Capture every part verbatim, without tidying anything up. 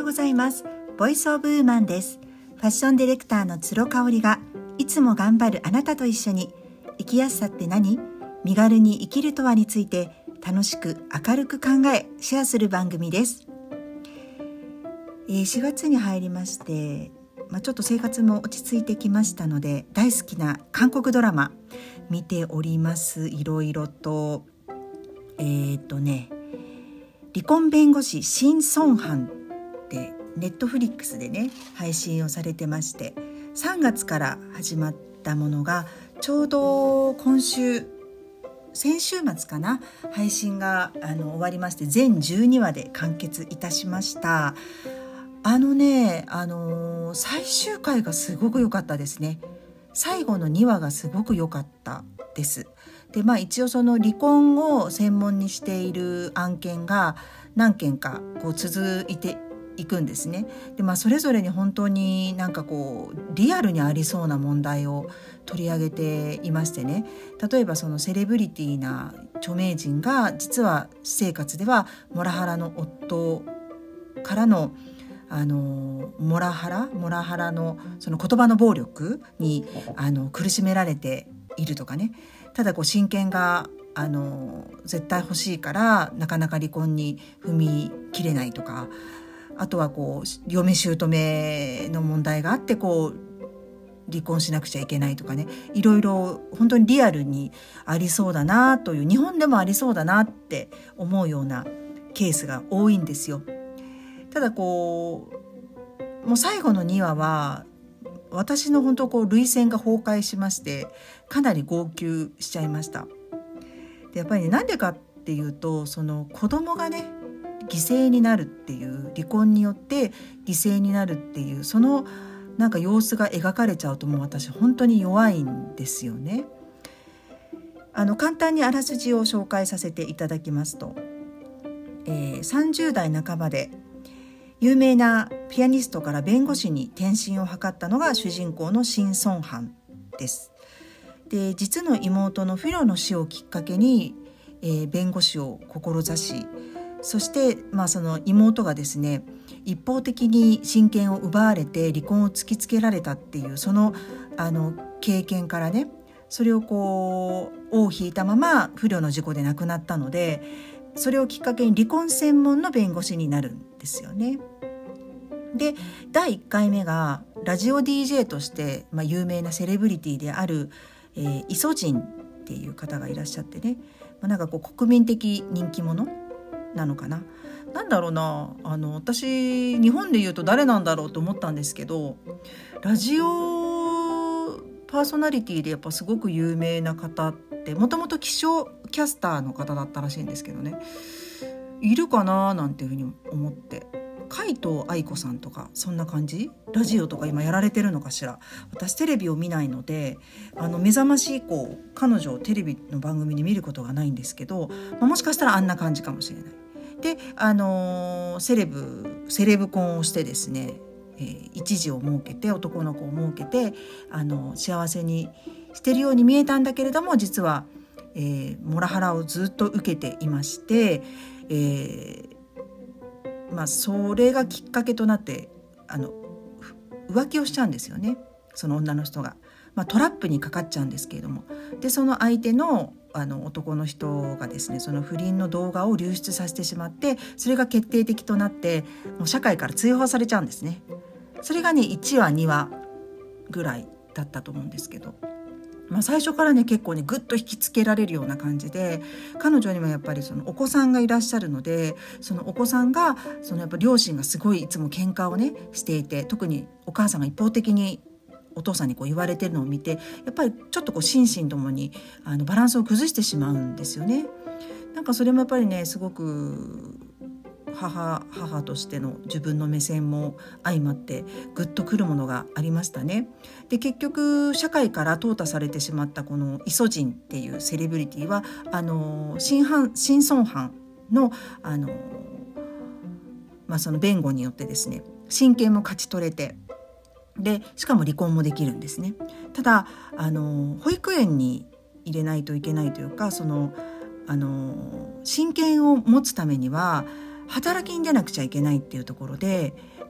ございます。ボイスオブウーマンです。ファッションディレクターの鶴香織がいつも頑張るあなたと一緒に生きやすさって何?身軽に生きるとはについて楽しく明るく考えシェアする番組です。えー、しがつに入りまして、まあ、ちょっと生活も落ち着いてきましたので大好きな韓国ドラマ見ております。いろいろとえー、っとね離婚弁護士シン・ソンハンってネットフリックスでね配信をされてまして、さんがつから始まったものがちょうど今週先週末かな配信があの終わりまして、全じゅうにわで完結いたしました。あのねあのー、最終回がすごく良かったですね。最後のにわがすごく良かったです。でまあ一応その離婚を専門にしている案件が何件かこう続いていくんですね。でまあそれぞれに本当になんかこうリアルにありそうな問題を取り上げていましてね、例えばそのセレブリティな著名人が実は私生活ではモラハラの夫からのあのモラハラモラハラのその言葉の暴力にあの苦しめられているとかね、ただこう親権があの絶対欲しいからなかなか離婚に踏み切れないとか、あとはこう嫁姑の問題があってこう離婚しなくちゃいけないとかね、いろいろ本当にリアルにありそうだなという、日本でもありそうだなって思うようなケースが多いんですよ。ただこうもう最後のにわは私の本当こう涙腺が崩壊しまして、かなり号泣しちゃいました。でやっぱりね、なんでかっていうと、その子供がね犠牲になるっていう、離婚によって犠牲になるっていう、そのなんか様子が描かれちゃうともう私本当に弱いんですよね。あの簡単にあらすじを紹介させていただきますと、えー、さんじゅうだいなかばで有名なピアニストから弁護士に転身を図ったのが主人公のシン・ソンハンです。で実の妹のフィロの死をきっかけに、えー、弁護士を志し、そして、まあ、その妹がですね一方的に親権を奪われて離婚を突きつけられたっていうその、あの経験からね、それをこう尾を引いたまま不慮の事故で亡くなったので、それをきっかけに離婚専門の弁護士になるんですよね。でだいいっかいめがラジオ ディージェー として、まあ、有名なセレブリティである、えー、イソジンっていう方がいらっしゃってね、まあ、なんかこう国民的人気者なのかな、なんだろうな、あの私日本で言うと誰なんだろうと思ったんですけど、ラジオパーソナリティでやっぱすごく有名な方って、もともと気象キャスターの方だったらしいんですけどね、いるかななんていうふうに思って、海藤愛子さんとかそんな感じ、ラジオとか今やられてるのかしら。私テレビを見ないので、あの目覚まし以降彼女をテレビの番組で見ることがないんですけど、まあ、もしかしたらあんな感じかもしれない。で、あのー、セレブセレブ婚をしてですね、えー、一児を設けて男の子を設けて、あの幸せにしてるように見えたんだけれども、実は、えー、モラハラをずっと受けていまして、えーまあ、それがきっかけとなってあの浮気をしちゃうんですよね、その女の人が。まあ、トラップにかかっちゃうんですけれども、でその相手のあの男の人がですね、その不倫の動画を流出させてしまって、それが決定的となってもう社会から追放されちゃうんですね。それがねいちわにわぐらいだったと思うんですけど、まあ、最初からね結構ねぐっと引きつけられるような感じで、彼女にもやっぱりそのお子さんがいらっしゃるので、そのお子さんがそのやっぱ両親がすごいいつも喧嘩をねしていて、特にお母さんが一方的にお父さんにこう言われてるのを見て、やっぱりちょっとこう心身ともにあのバランスを崩してしまうんですよね。なんかそれもやっぱりねすごく母母としての自分の目線も相まってグッとくるものがありましたね。で結局社会から淘汰されてしまったこのイソジンっていうセレブリティはあのシンハンシンソンハンのあの、まあ、その弁護によってですね親権も勝ち取れて、でしかも離婚もできるんですね。ただあの保育園に入れないといけないというか、そのあの親権を持つためには働きに出なくちゃいけないっていうところで、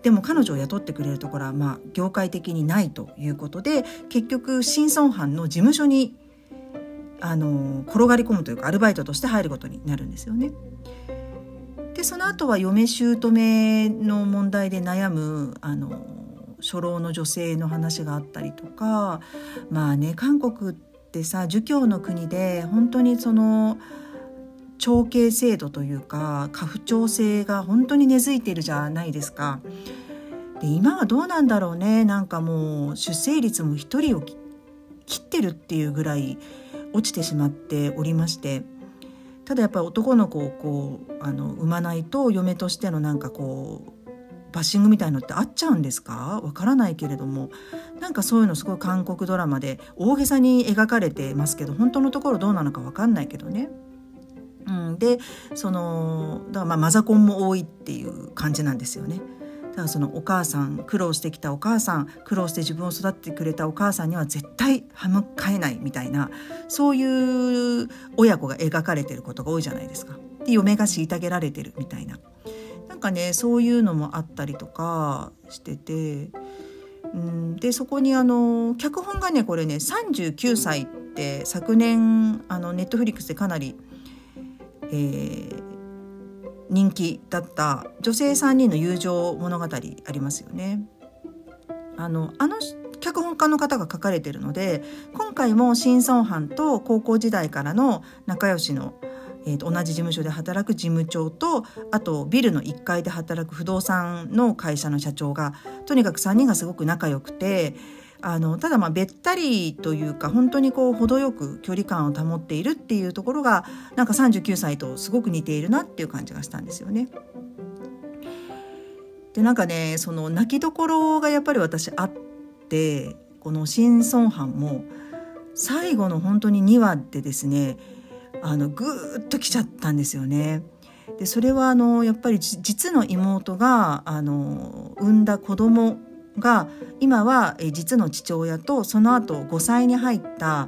でも彼女を雇ってくれるところはまあ業界的にないということで、結局新村藩の事務所にあの転がり込むというかアルバイトとして入ることになるんですよね。でその後は嫁姑の問題で悩むあの初老の女性の話があったりとか、まあね韓国ってさ儒教の国で本当にその長兄制度というか家父長制が本当に根付いているじゃないですか。で今はどうなんだろうね。なんかもう出生率も一人を切ってるっていうぐらい落ちてしまっておりまして、ただやっぱり男の子をこうあの産まないと嫁としてのなんかこうバッシングみたいのってあっちゃうんですか？わからないけれども、なんかそういうのすごい韓国ドラマで大げさに描かれてますけど、本当のところどうなのかわかんないけどね。うん、でそのだからまあマザコンも多いっていう感じなんですよね。だからそのお母さん、苦労してきたお母さん、苦労して自分を育ててくれたお母さんには絶対歯向かえないみたいな、そういう親子が描かれてることが多いじゃないですか。で嫁が虐げられてるみたいな、なんかねそういうのもあったりとかしてて、うん、でそこにあの脚本がねこれねさんじゅうきゅうさいって昨年あのネットフリックスでかなり、えー人気だった女性さんにんの友情物語ありますよね。あのあの脚本家の方が書かれているので、今回も新村藩と高校時代からの仲良しの、えーと、同じ事務所で働く事務長と、あとビルのいっかいで働く不動産の会社の社長が、とにかくさんにんがすごく仲良くて、あのただまあべったりというか本当にこう程よく距離感を保っているっていうところがなんかさんじゅうきゅうさいとすごく似ているなっていう感じがしたんですよね。でなんかねその泣きどころがやっぱり私あって、この新村藩も最後の本当ににわでですね、あのぐーっときちゃったんですよね。でそれはあのやっぱり実の妹があの産んだ子供が今は実の父親とその後ごさいに入った、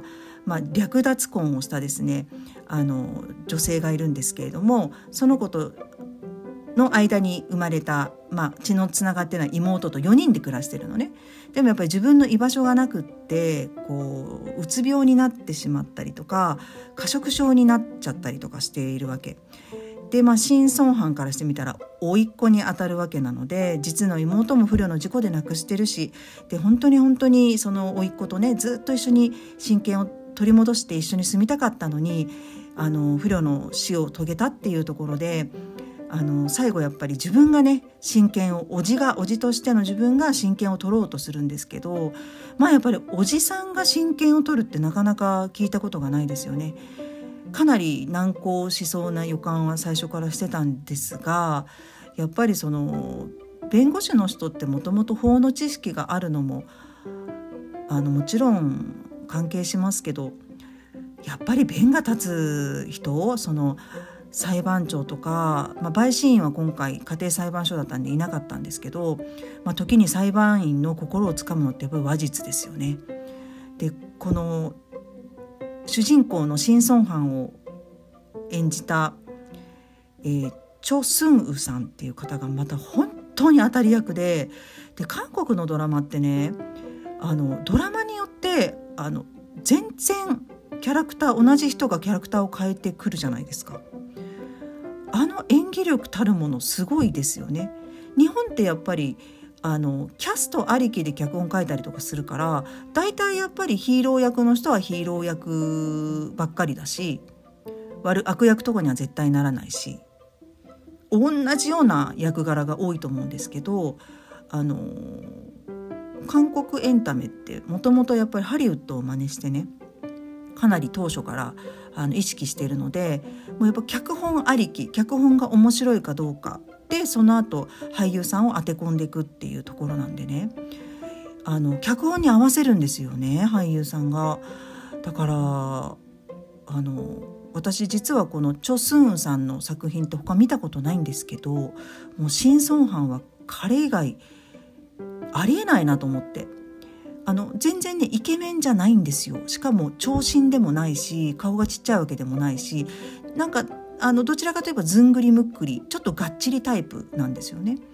まあ、略奪婚をしたですねあの女性がいるんですけれども、その子との間に生まれた、まあ、血のつながってない妹とよにんで暮らしてるのね。でもやっぱり自分の居場所がなくってこううつ病になってしまったりとか過食症になっちゃったりとかしているわけで、まあ、新村藩からしてみたら甥っ子に当たるわけなので、実の妹も不慮の事故で亡くしてるし、で本当に本当にその甥っ子とねずっと一緒に親権を取り戻して一緒に住みたかったのに、あの不慮の死を遂げたっていうところで、あの最後やっぱり自分がね親権を叔父が叔父としての自分が親権を取ろうとするんですけど、まあやっぱり叔父さんが親権を取るってなかなか聞いたことがないですよね。かなり難航しそうな予感は最初からしてたんですが、やっぱりその弁護士の人ってもともと法の知識があるのもあのもちろん関係しますけど、やっぱり弁が立つ人、その裁判長とか、まあ、陪審員は今回家庭裁判所だったんでいなかったんですけど、まあ、時に裁判員の心をつかむのってやっぱり話術ですよね。でこの主人公の新村藩を演じた、えー、チョ・スンウさんっていう方がまた本当に当たり役で、で韓国のドラマってねあのドラマによってあの全然キャラクター同じ人がキャラクターを変えてくるじゃないですか。あの演技力たるものすごいですよね。日本ってやっぱりあのキャストありきで脚本書いたりとかするから、大体やっぱりヒーロー役の人はヒーロー役ばっかりだし、悪悪役とかには絶対ならないし、同じような役柄が多いと思うんですけど、あの韓国エンタメってもともとやっぱりハリウッドを真似してねかなり当初からあの意識しているので、もうやっぱ脚本ありき、脚本が面白いかどうかでその後俳優さんを当て込んでいくっていうところなんでね、あの脚本に合わせるんですよね俳優さんが。だからあの私実はこのチョ・スンウさんの作品って他見たことないんですけど、もう新村藩は彼以外ありえないなと思って、あの全然ねイケメンじゃないんですよ。しかも長身でもないし顔がちっちゃいわけでもないし、なんかあのどちらかといえばずんぐりむっくりちょっとがっちりタイプなんですよね。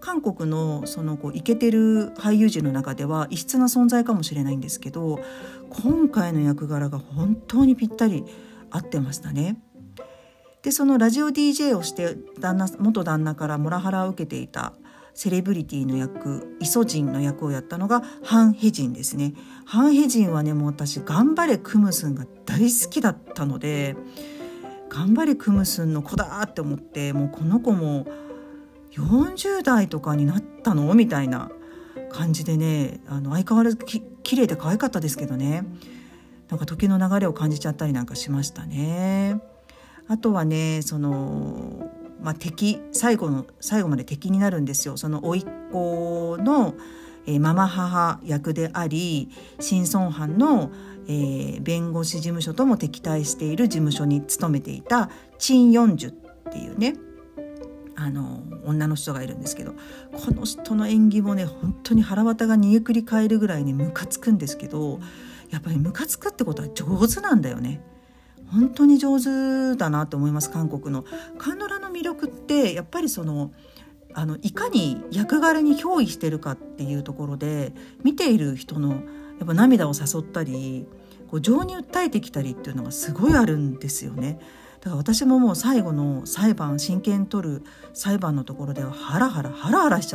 韓国のそのこうイケてる俳優陣の中では異質な存在かもしれないんですけど、今回の役柄が本当にぴったり合ってましたね。でそのラジオ ディージェー をして旦那元旦那からモラハラを受けていたセレブリティの役、イソジンの役をやったのがハン・ヘジンですね。ハン・ヘジンはね、もう私頑張れクムスンが大好きだったので、頑張れクムスンの子だって思って、もうこの子もよんじゅう代とかになったのみたいな感じでね、あの相変わらずき綺麗で可愛かったですけどね、なんか時の流れを感じちゃったりなんかしましたね。あとはね、そのまあ、敵最後の最後まで敵になるんですよ。その甥っ子の、えー、ママ母役であり、シンソンハンの、えー、弁護士事務所とも敵対している事務所に勤めていたチン・ヨンジュっていうね、あの女の人がいるんですけど、この人の演技もね、本当に腹渡が煮えくり返るぐらいにムカつくんですけど、やっぱりムカつくってことは上手なんだよね。本当に上手だなと思います。韓国のカンドラの魅力ってやっぱりそのあのいかに役柄に憑依してるかっていうところで、見ている人のやっぱ涙を誘ったり、こう情に訴えてきたりっていうのがすごいあるんですよね。だから私ももう最後の裁判、親権取る裁判のところではハラハラハラハラしちゃって、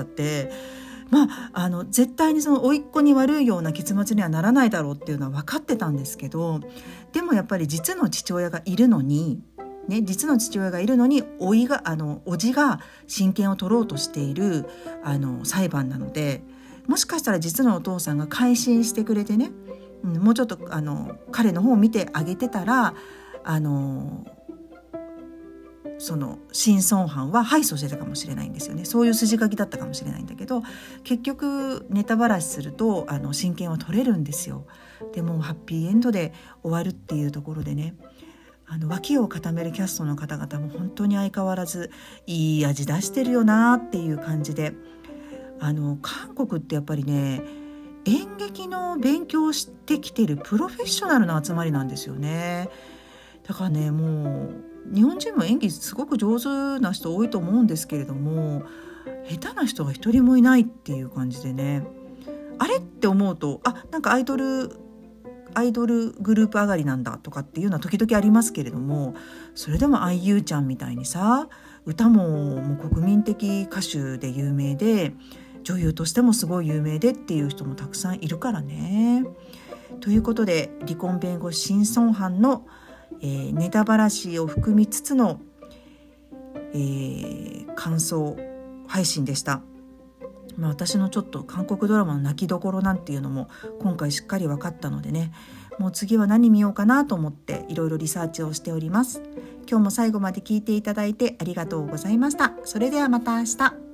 まあ、あの絶対にその甥っ子に悪いような結末にはならないだろうっていうのは分かってたんですけど、でもやっぱり実の父親がいるのに、ね、実の父親がいるのに甥いがあの叔父が親権を取ろうとしているあの裁判なので、もしかしたら実のお父さんが改心してくれてね、うん、もうちょっとあの彼の方を見てあげてたら、あのそのシン・ソンハンは敗訴してたかもしれないんですよね。そういう筋書きだったかもしれないんだけど、結局ネタばらしするとあの親権は取れるんですよ。でもハッピーエンドで終わるっていうところでね、あの脇を固めるキャストの方々も本当に相変わらずいい味出してるよなっていう感じで、あの韓国ってやっぱりね、演劇の勉強をしてきてるプロフェッショナルな集まりなんですよね。だからね、もう日本人も演技すごく上手な人多いと思うんですけれども、下手な人が一人もいないっていう感じでね、あれって思うと、あ、なんかアイドルアイドルグループ上がりなんだとかっていうのは時々ありますけれども、それでも アイユー ちゃんみたいにさ、歌ももう国民的歌手で有名で、女優としてもすごい有名でっていう人もたくさんいるからね。ということで、離婚弁護士シン・ソンハンのえー、ネタばらしを含みつつの、えー、感想配信でした。まあ、私のちょっと韓国ドラマの泣きどころなんていうのも今回しっかり分かったのでね、もう次は何見ようかなと思っていろいろリサーチをしております。今日も最後まで聞いていただいてありがとうございました。それではまた明日。